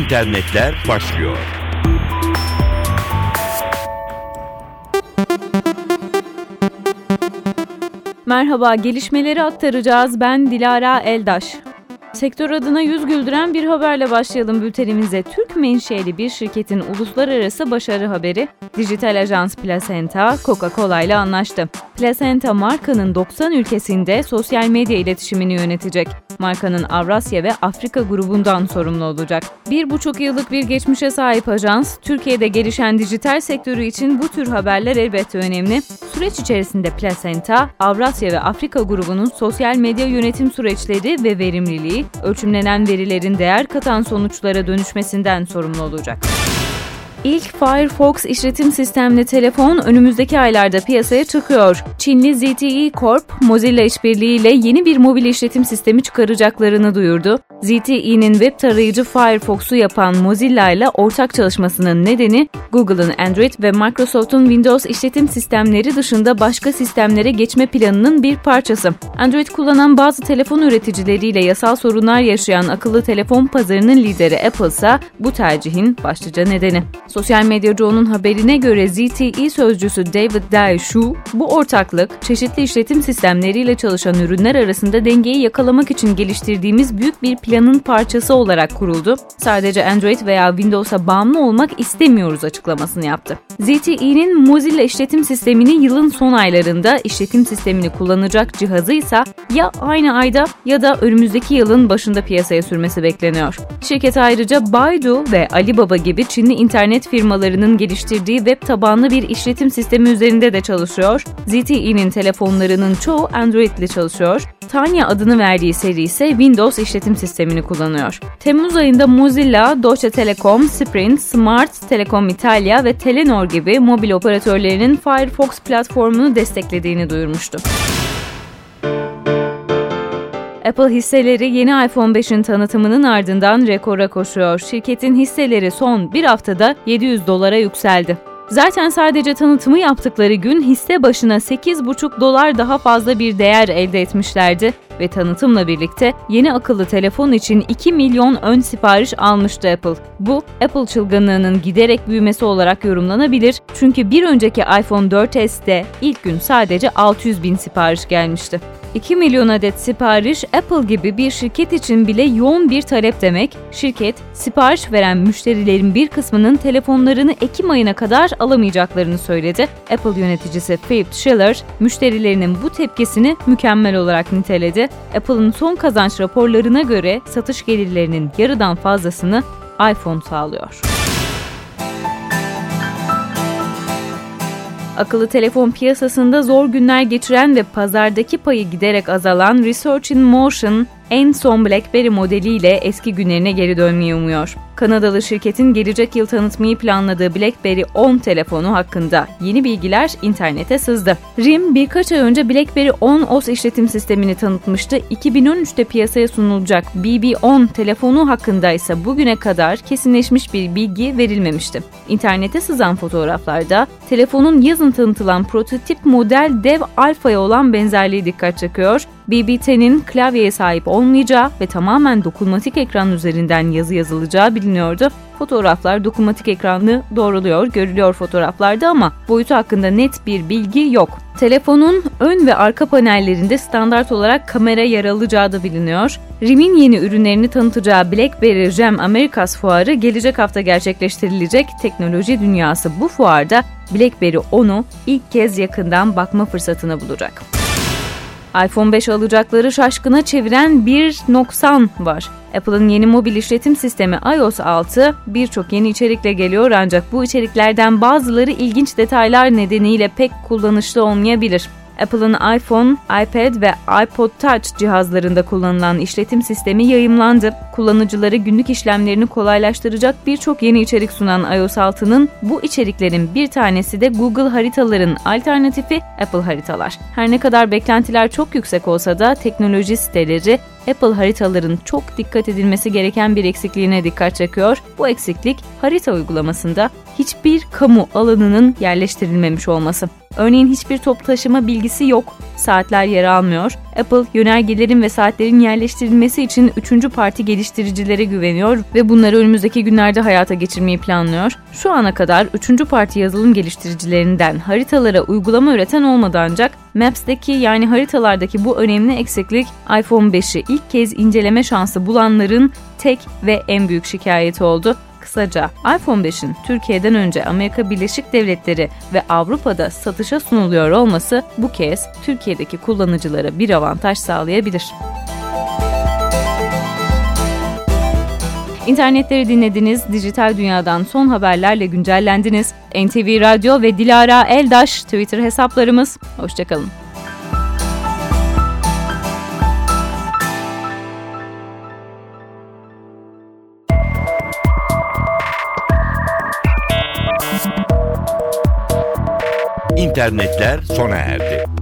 internetler başlıyor. Merhaba, gelişmeleri aktaracağız. Ben Dilara Eldaş. Sektör adına yüz güldüren bir haberle başlayalım bültenimize. Türk menşeli bir şirketin uluslararası başarı haberi. Dijital ajans Placenta, Coca-Cola ile anlaştı. Placenta markanın 90 ülkesinde sosyal medya iletişimini yönetecek. Markanın Avrasya ve Afrika grubundan sorumlu olacak. 1,5 yıllık bir geçmişe sahip ajans, Türkiye'de gelişen dijital sektörü için bu tür haberler elbette önemli. Süreç içerisinde Placenta, Avrasya ve Afrika grubunun sosyal medya yönetim süreçleri ve verimliliği, ölçümlenen verilerin değer katan sonuçlara dönüşmesinden sorumlu olacak. İlk Firefox işletim sistemli telefon önümüzdeki aylarda piyasaya çıkıyor. Çinli ZTE Corp, Mozilla işbirliğiyle yeni bir mobil işletim sistemi çıkaracaklarını duyurdu. ZTE'nin web tarayıcı Firefox'u yapan Mozilla ile ortak çalışmasının nedeni, Google'ın Android ve Microsoft'un Windows işletim sistemleri dışında başka sistemlere geçme planının bir parçası. Android kullanan bazı telefon üreticileriyle yasal sorunlar yaşayan akıllı telefon pazarının lideri Apple ise bu tercihin başlıca nedeni. Sosyal medyacı onun haberine göre ZTE sözcüsü David Daishu, bu ortaklık, çeşitli işletim sistemleriyle çalışan ürünler arasında dengeyi yakalamak için geliştirdiğimiz büyük bir planın parçası olarak kuruldu. Sadece Android veya Windows'a bağımlı olmak istemiyoruz açıklamasını yaptı. ZTE'nin Mozilla işletim sistemini yılın son aylarında, işletim sistemini kullanacak cihazı ise ya aynı ayda ya da önümüzdeki yılın başında piyasaya sürmesi bekleniyor. Şirket ayrıca Baidu ve Alibaba gibi Çinli internet firmalarının geliştirdiği web tabanlı bir işletim sistemi üzerinde de çalışıyor. ZTE'nin telefonlarının çoğu Android ile çalışıyor. Tanya adını verdiği seri ise Windows işletim sistemini kullanıyor. Temmuz ayında Mozilla, Deutsche Telekom, Sprint, Smart, Telekom Italia ve Telenor gibi mobil operatörlerinin Firefox platformunu desteklediğini duyurmuştu. Apple hisseleri yeni iPhone 5'in tanıtımının ardından rekora koşuyor. Şirketin hisseleri son bir haftada $700 yükseldi. Zaten sadece tanıtımı yaptıkları gün hisse başına $8,5 daha fazla bir değer elde etmişlerdi ve tanıtımla birlikte yeni akıllı telefon için 2 milyon ön sipariş almıştı Apple. Bu, Apple çılgınlığının giderek büyümesi olarak yorumlanabilir çünkü bir önceki iPhone 4s'te ilk gün sadece 600 bin sipariş gelmişti. 2 milyon adet sipariş Apple gibi bir şirket için bile yoğun bir talep demek. Şirket, sipariş veren müşterilerin bir kısmının telefonlarını Ekim ayına kadar alamayacaklarını söyledi. Apple yöneticisi Philip Schiller, müşterilerinin bu tepkisini mükemmel olarak niteledi. Apple'ın son kazanç raporlarına göre satış gelirlerinin yarıdan fazlasını iPhone sağlıyor. Akıllı telefon piyasasında zor günler geçiren ve pazardaki payı giderek azalan Research in Motion, en son BlackBerry modeliyle eski günlerine geri dönmeyi umuyor. Kanadalı şirketin gelecek yıl tanıtmayı planladığı BlackBerry 10 telefonu hakkında yeni bilgiler internete sızdı. RIM birkaç ay önce BlackBerry 10 OS işletim sistemini tanıtmıştı. 2013'te piyasaya sunulacak BB10 telefonu hakkında ise bugüne kadar kesinleşmiş bir bilgi verilmemişti. İnternete sızan fotoğraflarda telefonun yazın tanıtılan prototip model Dev Alpha'ya olan benzerliği dikkat çekiyor. BB10'in klavyeye sahip olmayacağı ve tamamen dokunmatik ekran üzerinden yazı yazılacağı biliniyordu. Fotoğraflar dokunmatik ekranlı doğruluyor, görülüyor fotoğraflarda ama boyutu hakkında net bir bilgi yok. Telefonun ön ve arka panellerinde standart olarak kamera yer alacağı da biliniyor. RIM'in yeni ürünlerini tanıtacağı BlackBerry Jam Americas fuarı gelecek hafta gerçekleştirilecek. Teknoloji dünyası bu fuarda BlackBerry 10'u ilk kez yakından bakma fırsatını bulacak. iPhone 5 alacakları şaşkına çeviren bir noksan var. Apple'ın yeni mobil işletim sistemi iOS 6 birçok yeni içerikle geliyor ancak bu içeriklerden bazıları ilginç detaylar nedeniyle pek kullanışlı olmayabilir. Apple'ın iPhone, iPad ve iPod Touch cihazlarında kullanılan işletim sistemi yayımlandı. Kullanıcıları günlük işlemlerini kolaylaştıracak birçok yeni içerik sunan iOS 6'nın bu içeriklerin bir tanesi de Google haritaların alternatifi Apple haritalar. Her ne kadar beklentiler çok yüksek olsa da teknoloji siteleri Apple haritaların çok dikkat edilmesi gereken bir eksikliğine dikkat çekiyor. Bu eksiklik harita uygulamasında hiçbir kamu alanının yerleştirilmemiş olması. Örneğin hiçbir toplu taşıma bilgisi yok, saatler yer almıyor. Apple, yönergelerin ve saatlerin yerleştirilmesi için 3. parti geliştiricilere güveniyor ve bunları önümüzdeki günlerde hayata geçirmeyi planlıyor. Şu ana kadar 3. parti yazılım geliştiricilerinden haritalara uygulama üreten olmadı ancak Maps'deki yani haritalardaki bu önemli eksiklik iPhone 5'i ilk kez inceleme şansı bulanların tek ve en büyük şikayeti oldu. Kısaca iPhone 5'in Türkiye'den önce Amerika Birleşik Devletleri ve Avrupa'da satışa sunuluyor olması bu kez Türkiye'deki kullanıcılara bir avantaj sağlayabilir. İnternetleri dinlediniz, dijital dünyadan son haberlerle güncellendiniz. NTV Radyo ve Dilara Eldaş Twitter hesaplarımız. Hoşçakalın. İnternetler sona erdi.